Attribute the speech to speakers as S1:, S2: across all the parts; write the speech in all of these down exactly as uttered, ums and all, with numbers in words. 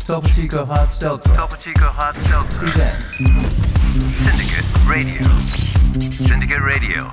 S1: Topo Chico Hard Seltzer
S2: Topo Chico Hard Seltzer
S1: presents
S2: Syndicate Radio Syndicate Radio。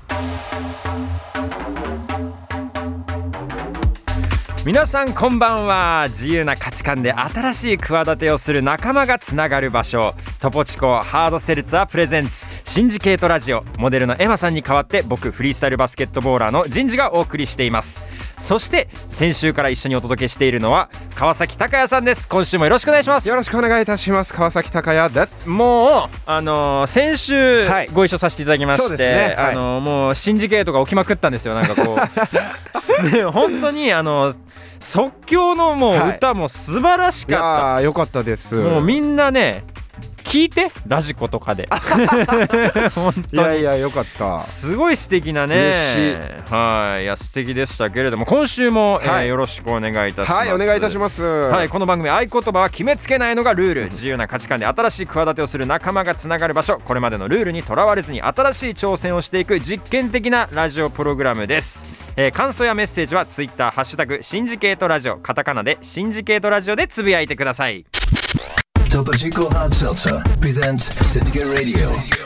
S3: 皆さんこんばんは。自由な価値観で新しい企てをする仲間がつながる場所、トポチコハードセルツァープレゼンツシンジケートラジオ。モデルのエマさんに代わって僕フリースタイルバスケットボーラーのジンジがお送りしています。そして先週から一緒にお届けしているのは川崎隆也さんです。今週もよろしくお願いします。
S4: よろしくお願いいたします。川崎隆也です。
S3: もうあのー、先週
S4: はい
S3: ご一緒させていただきまして、
S4: そうですねはい
S3: あのー、もうシンジケートが起きまくったんですよ。なんかこうで本当にあの即興のもう歌も素晴らし
S4: い
S3: かった、
S4: やーよかったです。
S3: もうみんなね聞いてラジコとかで本当に
S4: いやいやよかった。
S3: すごい素敵なね。
S4: 嬉しい。
S3: はい、いや素敵でしたけれども、今週も、
S4: はい
S3: えー、よろしくお願いいたします。
S4: はいお願いいたします。
S3: はい、この番組合言葉は決めつけないのがルール。自由な価値観で新しい企てをする仲間がつながる場所。これまでのルールにとらわれずに新しい挑戦をしていく実験的なラジオプログラムです。えー、感想やメッセージはツイッターハッシュタグシンジケートラジオ、カタカナでシンジケートラジオでつぶやいてください。
S1: Topo Chico Hard Seltzer presents Syndicate Radio。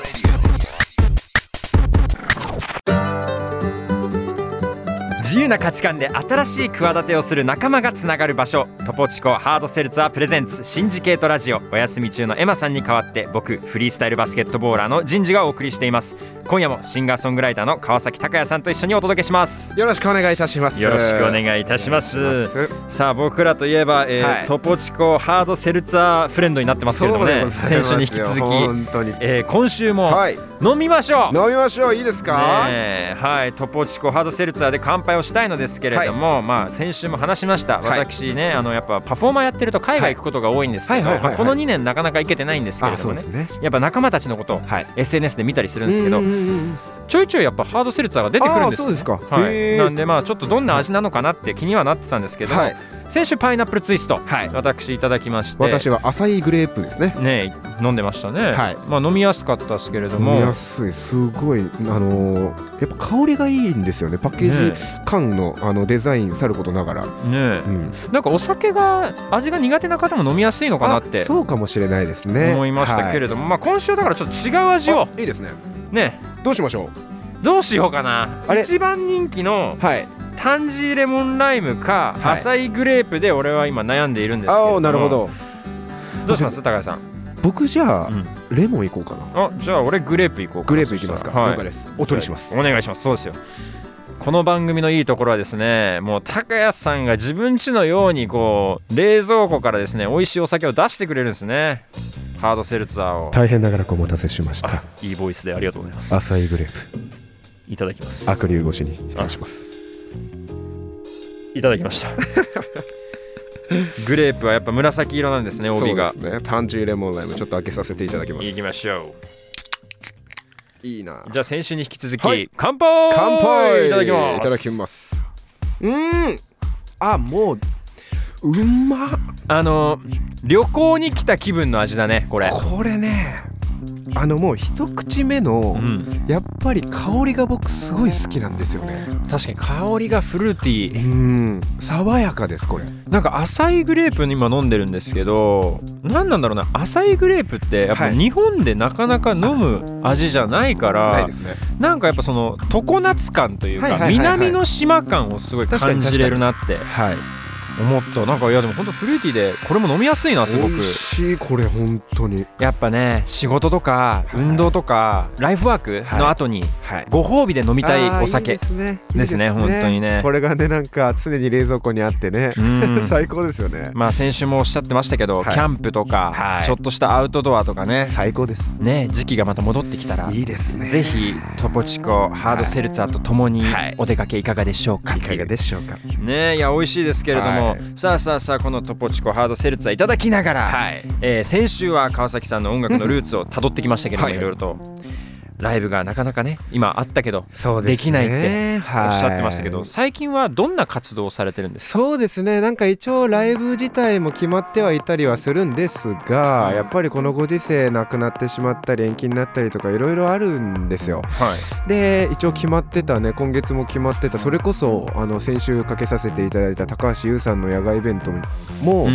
S3: 自由な価値観で新しい企てをする仲間がつながる場所、トポチコハードセルツァープレゼンツシンジケートラジオ。お休み中のエマさんに代わって僕フリースタイルバスケットボーラーのジンジがお送りしています。今夜もシンガーソングライターの川崎隆也さんと一緒にお届けします。
S4: よろしくお願いいたします。
S3: よろしくお願いいたします。
S4: お願いします。
S3: さあ僕らといえば、えー
S4: はい
S3: トポチコハードセルツァーフレンドになってますけれどもね、
S4: そうでございますよ
S3: 先週に引き続き、
S4: 本当に
S3: えー今週も
S4: はい
S3: 飲みましょう。
S4: 飲みましょう。いいですか。
S3: ねえ、はい、トポチコハードセルツァーで乾杯をしたいのですけれども、まあ先週も話しました、
S4: はい
S3: 私ねあのやっぱパフォーマーやってると海外行くことが多いんですけど、
S4: はいはいはいはいはい
S3: このにねんなかなか行けてないんですけれ
S4: あ
S3: どもね
S4: そうですね。
S3: やっぱ仲間たちのことを
S4: はい
S3: エスエヌエス で見たりするんですけど、
S4: うんうんうん
S3: ちょいちょいやっぱハードセルツァーが出てくるんですよ、ね、
S4: あーそうですか。
S3: はい、
S4: へー
S3: なんでまあちょっとどんな味なのかなって気にはなってたんですけど、
S4: はい
S3: 先週パイナップルツイスト、
S4: はい
S3: 私いただきまして
S4: 私は浅いグレープですね。
S3: ね飲んでましたね、
S4: はい
S3: まあ飲みやすかったですけれども、
S4: 飲みやすい。すごいあのーやっぱ香りがいいんですよね。パッケージ缶のあのデザインさることながら、
S3: ね
S4: うん
S3: なんかお酒が味が苦手な方も飲みやすいのかなって
S4: あそうかもしれないですね。
S3: 思いましたけれども、まあ今週だからちょっと違う味を
S4: あいいですね。
S3: ね
S4: どうしましょ
S3: どうしようかな。
S4: あれ
S3: 一番人気の
S4: う。はい。
S3: タンジーレモンライムか、
S4: はい
S3: アサイグレープで俺は今悩んでいるんですけれども、
S4: ああなるほど。
S3: どうします高橋さん。
S4: 僕じゃあ、
S3: うん
S4: レモンいこうかな。
S3: あじゃあ俺グレープいこうかな。
S4: グレープいきますか。
S3: はい
S4: 了解です。お取りします。
S3: お願いします。そうですよ。この番組のいいところはですね、もう高谷さんが自分家のようにこう冷蔵庫からですね美味しいお酒を出してくれるんですね。ハードセルツァーを。
S4: 大変長らくお待たせしまし
S3: あ
S4: た。
S3: いいボイスでありがとうございます。
S4: 浅いグレープ。
S3: いただきます。
S4: アクリル越しに失礼します。
S3: いただきましたグレープはやっぱ紫色なんですね、帯が。
S4: そうですね。タンジーレモンライムちょっと開けさせていただきます。
S3: いきましょう。
S4: いいな。
S3: じゃあ先週に引き続き、
S4: はい
S3: 乾杯。
S4: 乾杯。
S3: いただきます。
S4: いただきます。うーん。あもううまっ。
S3: あの旅行に来た気分の味だねこれ。
S4: これね。あのもう一口目の、
S3: うん、
S4: やっぱり香りが僕すごい好きなんですよね。
S3: 確かに香りがフルーティー。
S4: うん爽やかですこれ。
S3: なんかアサイグレープ今飲んでるんですけど、何なんだろうな、アサイグレープってやっぱ
S4: はい
S3: 日本でなかなか飲む味じゃないから、
S4: ないですね。
S3: なんかやっぱその常夏感というか、
S4: はいはいはいはい
S3: 南の島感をすごい感じれるなって
S4: はい。
S3: 思った。なんかいやでも本当フルーティーでこれも飲みやすいなすごく。
S4: 美味しいこれ本当に。
S3: やっぱね仕事とか運動とかライフワークの後に
S4: はい。
S3: ご褒美で飲みたいお酒。
S4: あーいいですね。
S3: ですね
S4: いい
S3: 本当にね
S4: これがねなんか常に冷蔵庫にあってね、
S3: うん
S4: 最高ですよね。
S3: まあ先週もおっしゃってましたけど、
S4: はい
S3: キャンプとか、
S4: はい
S3: ちょっとしたアウトドアとかね
S4: 最高です。
S3: ね時期がまた戻ってきたら
S4: いいですね。
S3: ぜひトポチコハードセルツァーとともに
S4: はい
S3: お出かけいかがでしょうか。
S4: いかがでしょうか。
S3: ねいや美味しいですけれども、
S4: はい
S3: さあさあさあこのトポチコハードセルツァーいただきながら、
S4: はい
S3: えー先週は川崎さんの音楽のルーツをたどってきましたけれども、
S4: はい
S3: いろいろとライブがなかなかね今あったけど
S4: そう
S3: できないって
S4: はい
S3: おっしゃってましたけど、最近はどんな活動をされてるんですか？
S4: そうですね。なんか一応ライブ自体も決まってはいたりはするんですが、やっぱりこのご時世亡くなってしまったり延期になったりとかいろいろあるんですよ。
S3: はい
S4: で一応決まってたね、今月も決まってた、それこそあの先週かけさせていただいた高橋優さんの野外イベントも、
S3: うん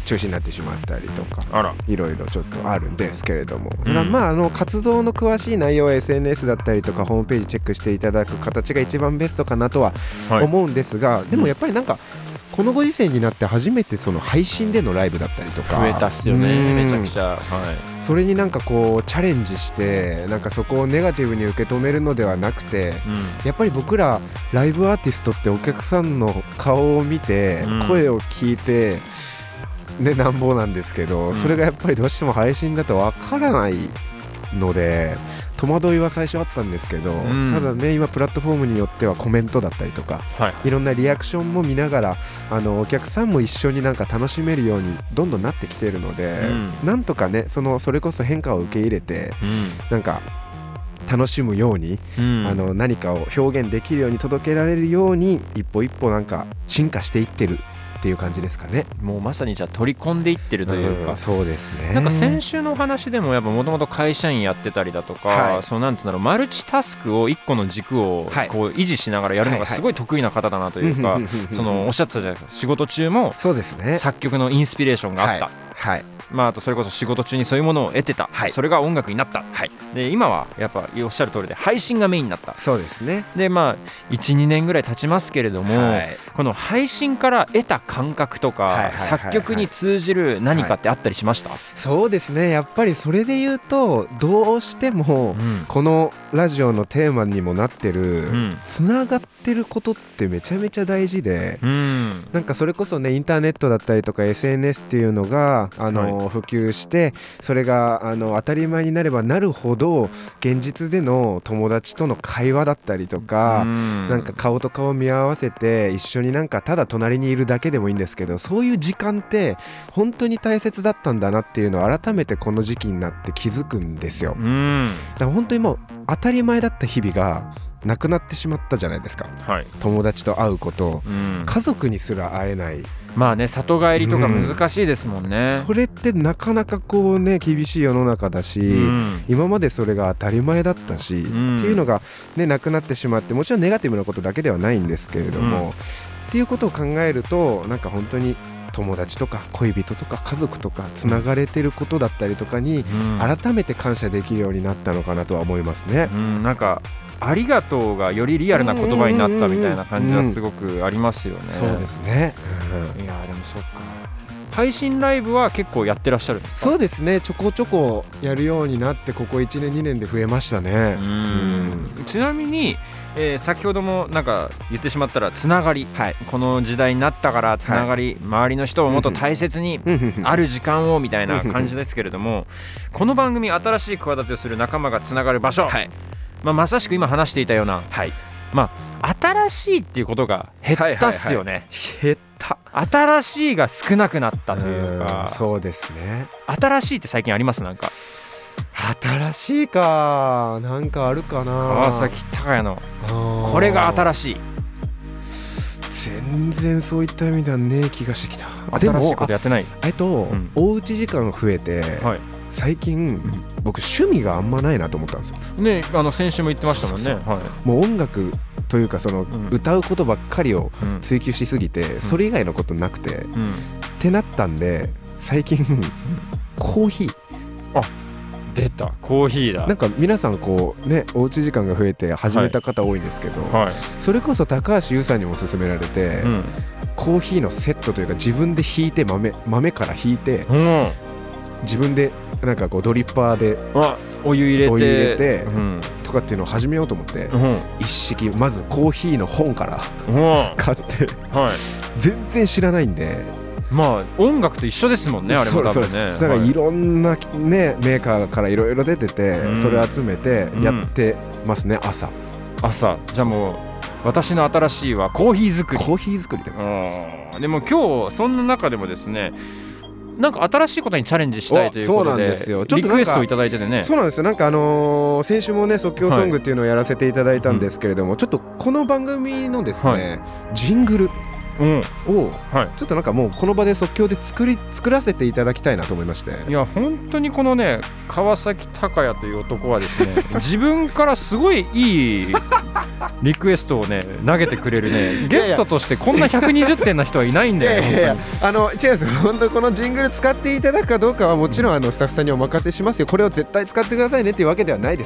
S4: 中止になってしまったりとか
S3: あら
S4: いろいろちょっとあるんですけれども、
S3: うん、
S4: まああの活動の詳しい内容は エスエヌエス だったりとかホームページチェックしていただく形が一番ベストかなとは思うんですが、はい、でもやっぱりなんかこのご時世になって初めてその配信でのライブだったりとか
S3: 増えたっすよね、めちゃくちゃ、はい、
S4: それになんかこうチャレンジしてなんかそこをネガティブに受け止めるのではなくて、うん、やっぱり僕らライブアーティストってお客さんの顔を見て、うん、声を聞いてねなんぼなんですけど、うん、それがやっぱりどうしても配信だとわからないので戸惑いは最初あったんですけど、うん、ただね今プラットフォームによってはコメントだったりとか、はい、いろんなリアクションも見ながらあのお客さんも一緒になんか楽しめるようにどんどんなってきてるので、うん、なんとかねそのそれこそ変化を受け入れて、うん、なんか楽しむように、うん、あの何かを表現できるように届けられるように一歩一歩なんか進化していってるっていう感じですかね。
S3: もうまさにじゃあ取り込んでいってるというか、
S4: うん、そうですね。
S3: なんか先週のお話でもやっぱもともと会社員やってたりだとか、はい、そうなんつうんだろうマルチタスクを一個の軸をこう維持しながらやるのがすごい得意な方だなというか、そのおっしゃってたじゃないですか、仕事中も作曲のインスピレーションがあった、
S4: はいはい、ま
S3: あ、あとそれこそ仕事中にそういうものを得てた、はい、それが音楽になった、はい、で今はやっぱおっしゃる通りで配信がメインになった。
S4: そうですね。
S3: でまあ いちにねんぐらい経ちますけれども、はい、この配信から得た感覚とか、はいはいはいはい、作曲に通じる何かってあったりしました？はい、
S4: そうですね。やっぱりそれで言うとどうしてもこのラジオのテーマにもなってる、うん、つながってることってめちゃめちゃ大事で、うん、なんかそれこそねインターネットだったりとか エスエヌエス っていうのがあの、はい、普及してそれがあの当たり前になればなるほど現実での友達との会話だったりとか、うん、なんか顔と顔見合わせて一緒になんかただ隣にいるだけでもいいんですけど、そういう時間って本当に大切だったんだなっていうのを改めてこの時期になって気づくんですよ。うん、だから本当にもう当たり前だった日々がなくなってしまったじゃないですか、はい、友達と会うこと、うん、家族にすら会えない。
S3: まあね里帰りとか難しいですもんね、
S4: うん、それってなかなかこうね厳しい世の中だし、うん、今までそれが当たり前だったし、うん、っていうのがねなくなってしまって、もちろんネガティブなことだけではないんですけれども、うん、っていうことを考えるとなんか本当に友達とか恋人とか家族とかつながれてることだったりとかに改めて感謝できるようになったのかなとは思いますね、
S3: うん、なんかありがとうがよりリアルな言葉になったみたいな感じはすごくありますよね、うん、
S4: そうですね、
S3: うん、いやでもそっか配信ライブは結構やってらっしゃるんですか？
S4: そうですね、ちょこちょこやるようになってここいちねんにねんで増えましたね。うん、
S3: うん、ちなみに、えー、先ほどもなんか言ってしまったらつながり、はい、この時代になったからつながり、はい、周りの人をもっと大切にある時間をみたいな感じですけれどもこの番組新しい企てをする仲間がつながる場所、はい、まあ、まさしく今話していたような、はい、まあ、新しいっていうことが減ったっすよね、はいはいはい、
S4: 減った
S3: 新しいが少なくなったというか、
S4: うそうですね。
S3: 新しいって最近あります？なんか
S4: 新しいかなんかあるかな。
S3: 川崎高谷のこれが新しい。
S4: 全然そういった意味ではねえ気がしてきた。
S3: 新しいことやってない。
S4: えっと、うん、おうち時間が増えて、はい、最近、うん、僕趣味があんまないなと思ったんですよ
S3: ね。あの先週も言ってましたもんね。そうそうそう、はい、も
S4: う音楽というかその、うん、歌うことばっかりを追求しすぎて、うん、それ以外のことなくて、うん、ってなったんで最近、うん、コーヒー。
S3: あ、出たコーヒーだ。
S4: なんか皆さんこうねおうち時間が増えて始めた方多いんですけど、はいはい、それこそ高橋優さんにも勧められて、うん、コーヒーのセットというか自分でひいて 豆, 豆からひいて、うん、自分でなんかこうドリッパーで
S3: お湯入れて
S4: お湯入れて、うん、とかっていうのを始めようと思って、うん、一式まずコーヒーの本から、うん、買って、はい、全然知らないんで。
S3: まあ音楽と一緒ですもんね、あれも多分ね。
S4: だからいろんな、ね、メーカーからいろいろ出てて、うん、それ集めてやってますね、うん、朝
S3: 朝。じゃあもう私の新しいはコーヒー作り。
S4: コーヒー作りでございます。
S3: でも今日そんな中でもですね、なんか新しいことにチャレンジしたいということで、そうなんですよ。ちょっとリクエストをいただいててね。
S4: そうなんですよ。なんかあのー、先週もね即興ソングっていうのをやらせていただいたんですけれども、はい、うん、ちょっとこの番組のですね、はい、ジングル
S3: うん
S4: を、
S3: はい、
S4: ちょっとなんかもうこの場で即興で作り作らせていただきたいなと思いまして。
S3: いや本当にこのね川崎隆也という男はですね自分からすごいいいリクエストをね投げてくれるねゲストとしてこんなひゃくにじゅってんな人はいないんだよ。
S4: いやいやいやあの違うんですよ。本当このジングル使っていただくかどうかはもちろんあのスタッフさんにお任せしますよ。これを絶対使ってくださいねっていうわけではないです。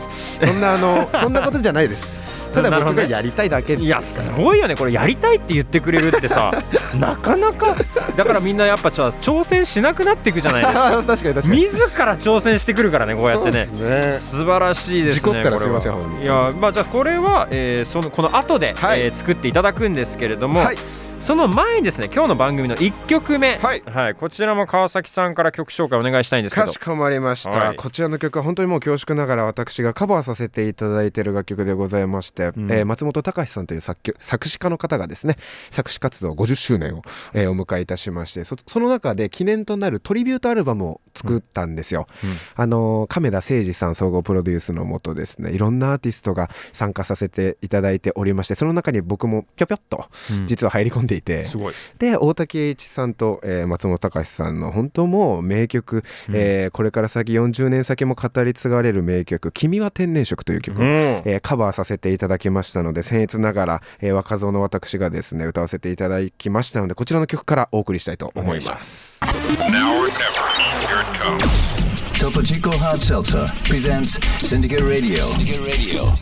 S4: そんなあのそんなことじゃないです。ただ僕がやりたいだけです。
S3: いやすごいよねこれ。やりたいって言ってくれるってさなかなかだからみんなやっぱ挑戦しなくなっていくじゃないですか。
S4: 確かに確かに
S3: 自ら挑戦してくるからねこうやってね。
S4: そうですね。
S3: 素晴らしいですね。
S4: 事故ったらすみません。
S3: いやまあじゃあこれは、えー、そのこの後で、
S4: はい、
S3: えー、作っていただくんですけれども、はい、その前にですね今日の番組のいっきょくめ、はいはい、こちらも川崎さんから曲紹介お願いしたいんですけど。
S4: かしこまりました、はい、こちらの曲は本当にもう恐縮ながら私がカバーさせていただいている楽曲でございまして、うん、えー、松本隆さんという作曲作詞家の方がですね作詞活動ごじゅっしゅうねんを、えー、お迎えいたしまして そ, その中で記念となるトリビュートアルバムを作ったんですよ、うんうん、あの亀田誠二さん総合プロデュースのもとですねいろんなアーティストが参加させていただいておりまして、その中に僕もぴょぴょっと実は入り込んでいて、うん、すごいで大竹栄一さんと、えー、松本隆さんの本当もう名曲、うん、えー、これから先よんじゅうねん先も語り継がれる名曲君は天然色という曲、うん、えー、カバーさせていただきましたので僭越ながら、えー、若造の私がですね歌わせていただきましたのでこちらの曲からお送りしたいと思います。
S1: Topo Chico Hard Seltzer presents Syndicate Radio. Syndicate Radio.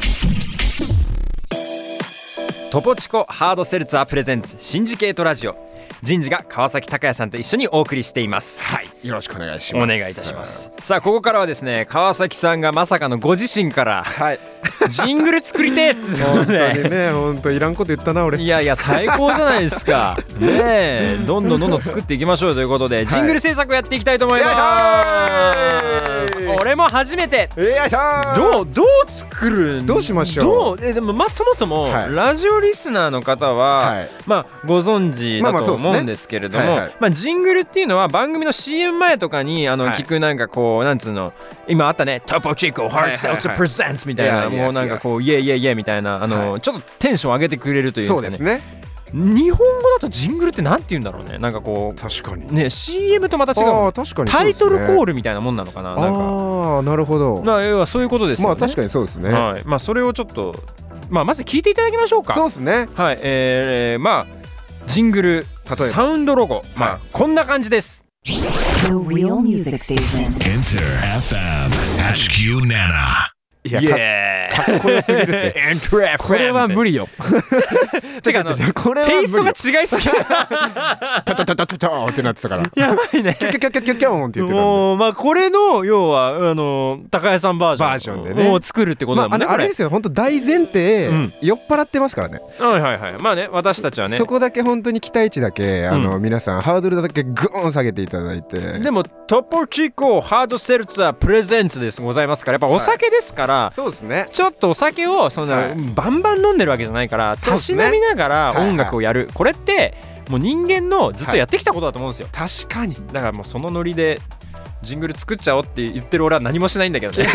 S3: トポチコハードセルツァープレゼンツシンジケートラジオ。人事が川崎隆也さんと一緒にお送りしています。
S4: はい、よろしくお願いします。
S3: お願いいたします。さあここからはですね川崎さんがまさかのご自身から、はい、ジングル作りてえっつうので
S4: 本当にね本当いらんこと言ったな俺。い
S3: やいや最高じゃないですかねえどんどんどんどん作っていきましょうということで、はい、ジングル制作をやっていきたいと思います。俺も初めて。
S4: よいしょー。
S3: どうどう作る
S4: どうしましょう。
S3: どうえでもまあそもそも、はい、ラジオリスナーの方は、はい、まあご存知だと思うんですけれども、まあまあねはいはい、まあジングルっていうのは番組の シーエム 前とかにあの、はい、聞くなんかこうなんつうの今あったねトポチコハードセルツァープレゼンツみたいな、もうなんかこうイエイイエイイエイみたいなあの、はい、ちょっとテンション上げてくれるというんですかね。そうですね。日本語だとジングルってなんて言うんだろうね。なんかこう
S4: 確かに
S3: ね シーエム とまた違う。あ確かに、ね、タイトルコールみたいなもんなのかな。なんか
S4: ああなるほど。
S3: な要はそういうことですよね。
S4: まあ確かにそうですね。
S3: はい。まあそれをちょっとまあまず聞いていただきましょうか。
S4: そうですね。
S3: はい。えー、まあジングルサウンドロゴ、まあ、はい、こんな感じです。The Real Music Station Enter エフエム エイチキューなな。いや yeah. か, かっこよすぎるってこれは無理よてかあのこれはテイストが違いすぎる
S4: タタタタタタってなってたから
S3: やばいね
S4: キャキャキャキャキャキャンって言ってたんで、
S3: もうまあこれの要はあの高谷さんバージョン
S4: バージョンでね
S3: を作るってことだもんね、
S4: まあ、あ, あれですよ本当大前提、うん、酔っ払ってますからね。
S3: はいはいはい。まあね私たちはね
S4: そこだけ本当に期待値だけあの、うん、皆さんハードルだけグーン下げていただいて。
S3: でもトポチコハードセルツァープレゼンツですございますからやっぱお酒ですから、はい、
S4: そうですね。
S3: ちょっとお酒をそんな、はい、バンバン飲んでるわけじゃないからたしなみながら音楽をやる、はいはい、これってもう人間のずっとやってきたことだと思うんですよ、
S4: はい、確かに。
S3: だからもうそのノリでジングル作っちゃおうって言ってる俺は何もしないんだけどね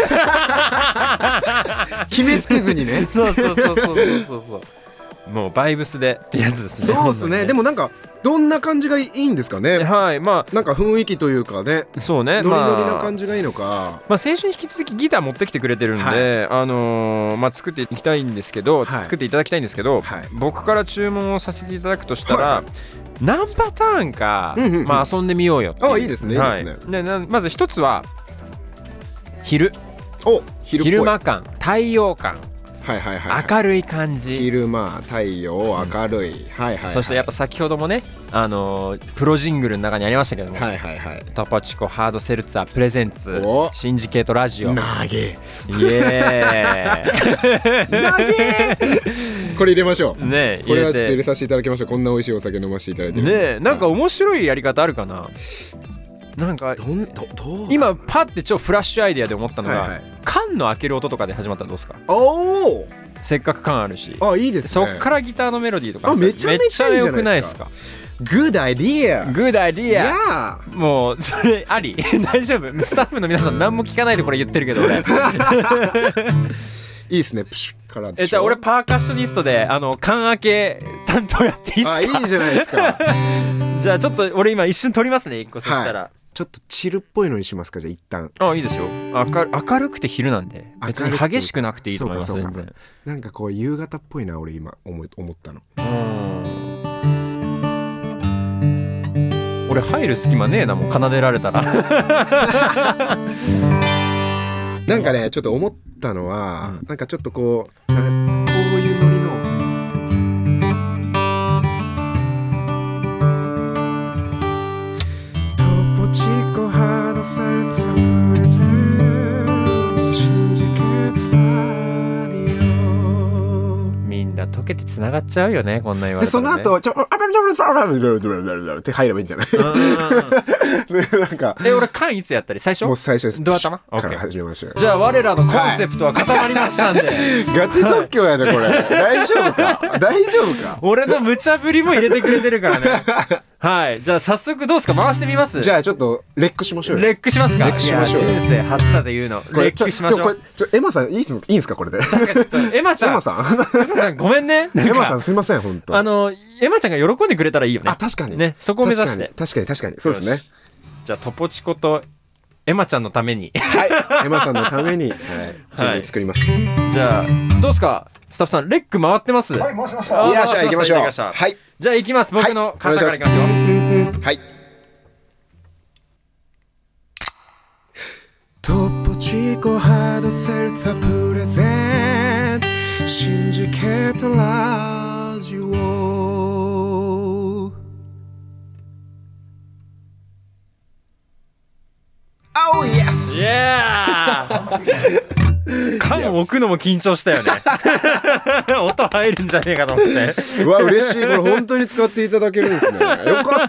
S4: 決めつけずにね
S3: そうそうそうそうそうそうもうバイブスでってやつですね。
S4: そうですね。でもなんかどんな感じがいいんですかね。
S3: はい。まあ
S4: なんか雰囲気というかね。
S3: そうね。
S4: ノリノリな感じがいいのか。まあ、
S3: まあ、先週に引き続きギター持ってきてくれてるんで、はい、あのー、まあ作っていきたいんですけど、はい、作っていただきたいんですけど、はい、僕から注文をさせていただくとしたら、はい、何パターンか、うんうんうん、まあ遊んでみようよっていう。
S4: あいいですね。いいですね。
S3: はい、でまず一つは昼。
S4: お昼っぽい。
S3: 昼間感、太陽感。
S4: はいはいはいはい、
S3: 明るい感じ。
S4: 昼間太陽明るい、うん、はいはい、はい、
S3: そしてやっぱ先ほどもね、あのー、プロジングルの中にありましたけども、
S4: はいはいはい、
S3: トポチコハードセルツァープレゼンツシンジケートラジオ
S4: 投げイ
S3: エーイ
S4: 投げこれ入れましょう
S3: ね。
S4: これはちょっと入れさせていただきましょう。こんな美味しいお酒飲ませていただいてる
S3: ね。なんか面白いやり方あるかな。なんかどんどど今パッて超フラッシュアイデアで思ったのが、はいはい、缶の開ける音とかで始まったらどうですか。
S4: おお
S3: せっかく缶あるし。
S4: あいいですね。
S3: そっからギターのメロディーとか
S4: あめちゃめちゃいいじゃないですか。めっちゃ良くないですか。Good idea
S3: Good idea、yeah. もうそれあり大丈夫。スタッフの皆さん何も聞かないでこれ言ってるけど俺い
S4: いですね。プシュからでしょ。
S3: えじゃあ俺パーカッショニストであの缶開け担当やっていいっすか？
S4: あ、いいじゃないですか。
S3: じゃあちょっと俺今一瞬撮りますね一個、そしたら、
S4: はい、ちょっとチルっぽいのにしますか、じゃあ一旦。
S3: あ、いいですよ。明る、明るくて昼なんで別に激しくなくていいと思います。全然
S4: なんかこう夕方っぽいな俺今思い思ったの。
S3: 俺入る隙間ねえな、もう奏でられたら
S4: なんかねちょっと思ったのは、うん、なんかちょっとこうこういうノリのトポチコハードサルツァプレゼンツシンジケートラディオ。
S3: みんな溶けてつながっちゃうよね、こんな言われたら、ね、
S4: でその後ちょあららららららららって入ればいいんじゃない？なんか
S3: え俺缶いつやったり最初？
S4: もう最初です。
S3: どう頭？
S4: から始めましたよ。
S3: じゃあ我らのコンセプトは固まりましたんで、はい、
S4: ガチ即興やねこれ。大丈夫か？大丈夫か？
S3: 俺の無茶ぶりも入れてくれてるからね。はい、じゃあ早速どうですか、回してみます。
S4: じゃあちょっとレックしましょうよ。
S3: レックしますか？
S4: レックしましょうよ。
S3: 人生初だぜ言うの。レックしましょう。
S4: これちょエマさんいいすいいんすかこれで？
S3: エマちゃん、
S4: エマさん
S3: エマちゃんごめんね。
S4: エマさんすいません本当。
S3: あのエマちゃんが喜んでくれたらいいよね。
S4: あ、確かに
S3: ね、そこを目指して。
S4: 確かに確かにそうですね。
S3: じゃあトポチコとエマちゃんのために、
S4: はい、エマさんのために、はい、準備作ります。
S3: じゃあどうですかスタッフさん、レック回ってます？
S5: はい、回しました。
S4: よっしゃ行きましょう。はい、
S3: じゃあ行きます。僕の歌詞からいきますよ。
S4: はい。トポチコハードセルツァプレゼントシンジケートラジオ。Oh yes!
S3: イエー缶を置くのも緊張したよね。音入るんじゃねえかと思って。
S4: うわ嬉しい、これ本当に使っていただけるんですね。よかった。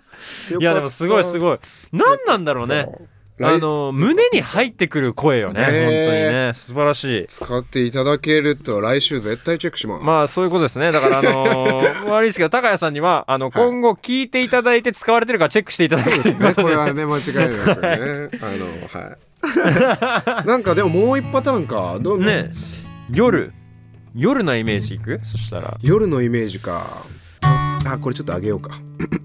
S3: いやでもすごいすごい。何なんだろうね。あの胸に入ってくる声よね、本当にね、素晴らしい。
S4: 使っていただけると来週絶対チェックします。
S3: まあそういうことですね。だからあのー、悪いですけど高谷さんにはあの今後聞いていただいて使われてるかチェックしていただきたいですね。
S4: これはね間違いなくね。あのはい。なんかでももう一パターンか。どう
S3: ね。夜夜のイメージいく？そしたら
S4: 夜のイメージか。あ、これちょっと上げようか。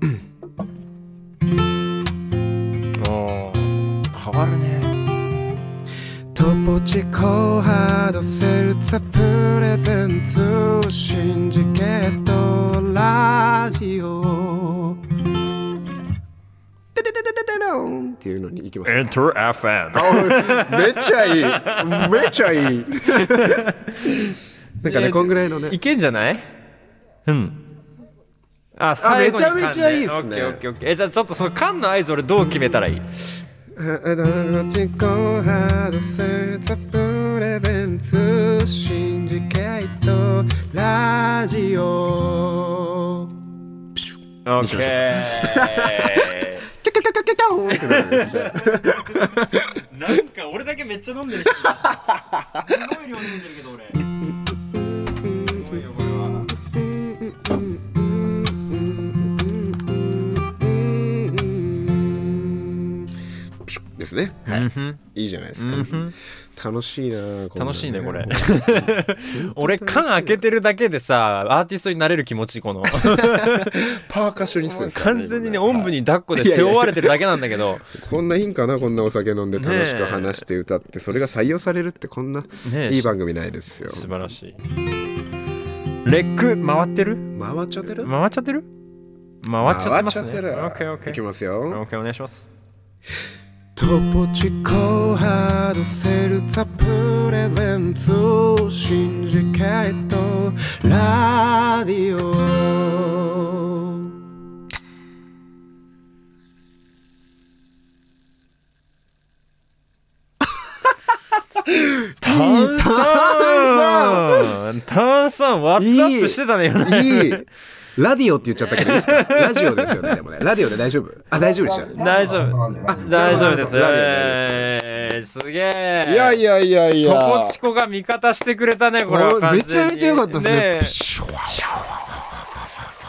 S3: 変わるね。
S4: トポチコハードセルツァプレゼンツシンジケートラジオっていうのに行きます。
S3: Enter エフエム。
S4: めっちゃいい、めっちゃいい。なんかねこんぐらいのね
S3: いけんじゃない？うん。あ、
S4: 最後に噛んで。あ、めちゃめちゃいいっすね。
S3: オッケーオッケーオッケー。え、じゃあちょっとその缶の合図俺どう決めたらいい？
S4: トポチコハードセルツァプレゼンツシンジケートラジオ。
S3: オッケー。なんか俺だけめっちゃ飲んでるし、すごい量飲んでるけど俺。すごいよこれは。
S4: ですね。はい。いいじゃないですか。楽しいな。
S3: 楽しいねこれ。俺缶開けてるだけでさアーティストになれる気持ち、この
S4: パーカッショニストです
S3: からね。完全にねおんぶに抱っこで背負われてるだけなんだけど。
S4: こんないいんかな、こんなお酒飲んで楽しく話して歌ってそれが採用されるってこんないい番組ないですよ。
S3: 素晴らしい。レック回ってる？
S4: 回っちゃってる？
S3: 回っちゃってる？回っちゃってますね。
S4: 回っちゃってる。
S3: オッケーオッケー。
S4: いきますよ。
S3: オッケーお願いします。
S4: トポチコハードセルツァプレゼンツシンジケートラディオ。
S3: 炭酸炭酸ワッツアップしてたね。
S4: いいラディオって言っちゃったけどいいですか？ラジオですよね。でもねラディオで大丈夫？あ、大丈夫でした。
S3: 大丈夫。あ、大丈夫です。えー、すげえ。
S4: いやいやいやいや。
S3: トポチコが味方してくれたねこれは。
S4: めちゃめちゃ良かったですね。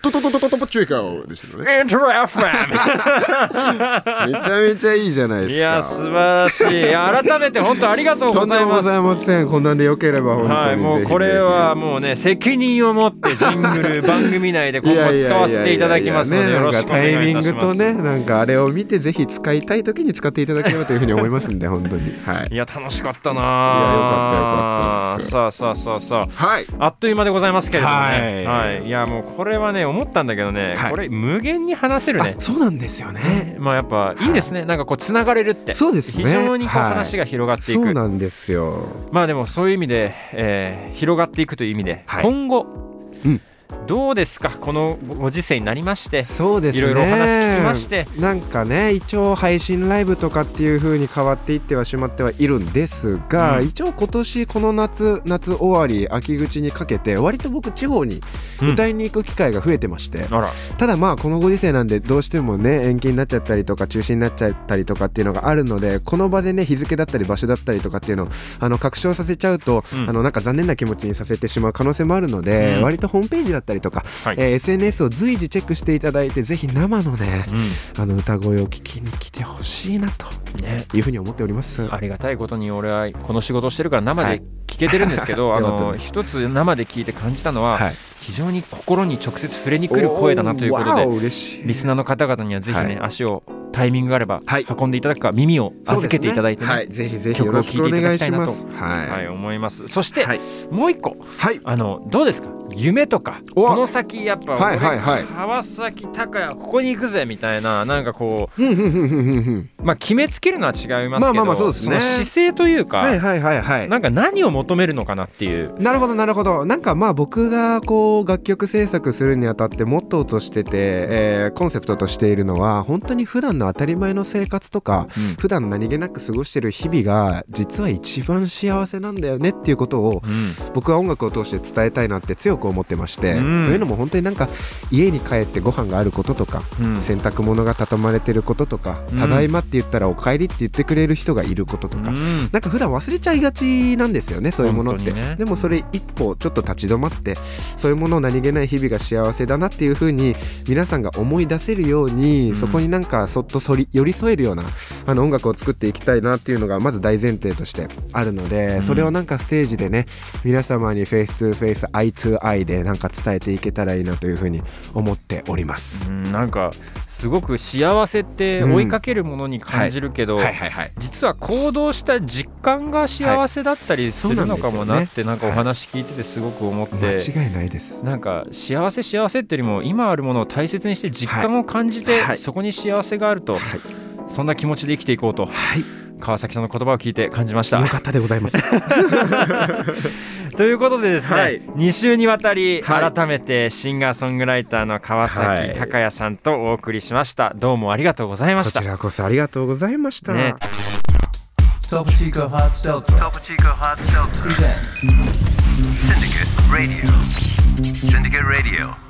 S4: トトトトトトポチュイカオでしたね。
S3: イントロ エフエ
S4: ム めちゃめちゃいいじゃないですか。
S3: いや素晴らしい。いや改めて本当ありがとうございます。
S4: とんでもございません。こんなんでよければ本当に、
S3: はい、もうこれはもうね責任を持ってジングル番組内で今後使わせていただきますのでよろしくお願いいたします。
S4: タイミングとねなんかあれを見てぜひ使いたい時に使っていただければというふうに思いますんで本当に、はい、
S3: いや楽しかったな。い
S4: やよかったよかったっす。
S3: さあさあさあさあ、
S4: はい、
S3: あっという間でございますけれどもね、
S4: はい
S3: はい、いやもうこれはね思ったんだけどね、はい、これ無限に話せるね。
S4: そうなんですよね。
S3: まあやっぱいいですね、はい、なんかこうつながれるって。
S4: そうですね。
S3: 非常にこう話が広がっていく、はい、
S4: そうなんですよ。
S3: まあでもそういう意味で、えー、広がっていくという意味で、はい、今後、うん、どうですかこのご時世になりまして。
S4: そうですね、
S3: いろいろお話聞きまして、
S4: なんかね一応配信ライブとかっていう風に変わっていってはしまってはいるんですが、うん、一応今年この夏夏終わり秋口にかけて割と僕地方に歌いに行く機会が増えてまして、うん、あらただまあこのご時世なんでどうしてもね延期になっちゃったりとか中止になっちゃったりとかっていうのがあるので、この場でね日付だったり場所だったりとかっていうのをあの確証させちゃうと、うん、あのなんか残念な気持ちにさせてしまう可能性もあるので、うん、割とホームページだったりとか、はい、えーエスエヌエス を随時チェックしていただいてぜひ生のね、うん、あの歌声を聞きに来てほしいなと、ね、いうふうに思っております。
S3: ありがたいことに俺はこの仕事をしてるから生で聞けてるんですけど、はい、あの一つ生で聞いて感じたのは、はい、非常に心に直接触れに来る声だなということでリスナーの方々にはぜひね、はい、足をタイミングがあれば運んでいただくか、はい、耳を預けていただいて、ねねはい、
S4: ぜひぜひよろしくお願いします。
S3: 曲を聴いていただきたいなと、はいはい、思います。そして、はい、もう一個、はい、あのどうですか夢とかこの先やっぱ、はいはいはい、川崎高谷ここに行くぜみたいななんかこうまあ決めつけるのは違いますけど、まあまあまあそうですね、その姿勢というか、はいはいはいはい、なんか何を求めるのかなっていう。
S4: なるほどなるほど。なんかまあ僕がこう楽曲制作するにあたってモットーとしてて、えー、コンセプトとしているのは本当に普段の当たり前の生活とか、うん、普段何気なく過ごしてる日々が実は一番幸せなんだよねっていうことを、うん、僕は音楽を通して伝えたいなって強く思ってまして、うん、というのも本当になんか家に帰ってご飯があることとか、うん、洗濯物が畳まれてることとか、うん、ただいまって言ったらお帰りって言ってくれる人がいることとか、うん、なんか普段忘れちゃいがちなんですよねそういうものって、ね、でもそれ一歩ちょっと立ち止まってそういうものを何気ない日々が幸せだなっていう風に皆さんが思い出せるように、うん、そこになんかそっとそり寄り添えるようなあの音楽を作っていきたいなっていうのがまず大前提としてあるので、うん、それをなんかステージでね皆様にフェイストゥフェイスアイトゥアイでなんか伝えていけたらいいなというふうに思っております。
S3: うん、なんかすごく幸せって追いかけるものに感じるけど、実は行動した実感が幸せだったりするのかもなってなんかお話聞いててすごく思って、
S4: 間違いないです。
S3: なんか幸せ幸せってよりも今あるものを大切にして実感を感じて、はい、そこに幸せがあると、はい、そんな気持ちで生きていこうと、はい、川崎さんの言葉を聞いて感じました。
S4: よかったでございます
S3: ということでですね、はい、に週にわたり改めてシンガーソングライターの川崎高也さんとお送りしました。どうもありがとうございました。
S4: こちらこそありがとうございました、ね、
S1: トポチコハートセルツァー
S2: トポチコハートセルツァー presents Syndicate Radio Syndicate Radio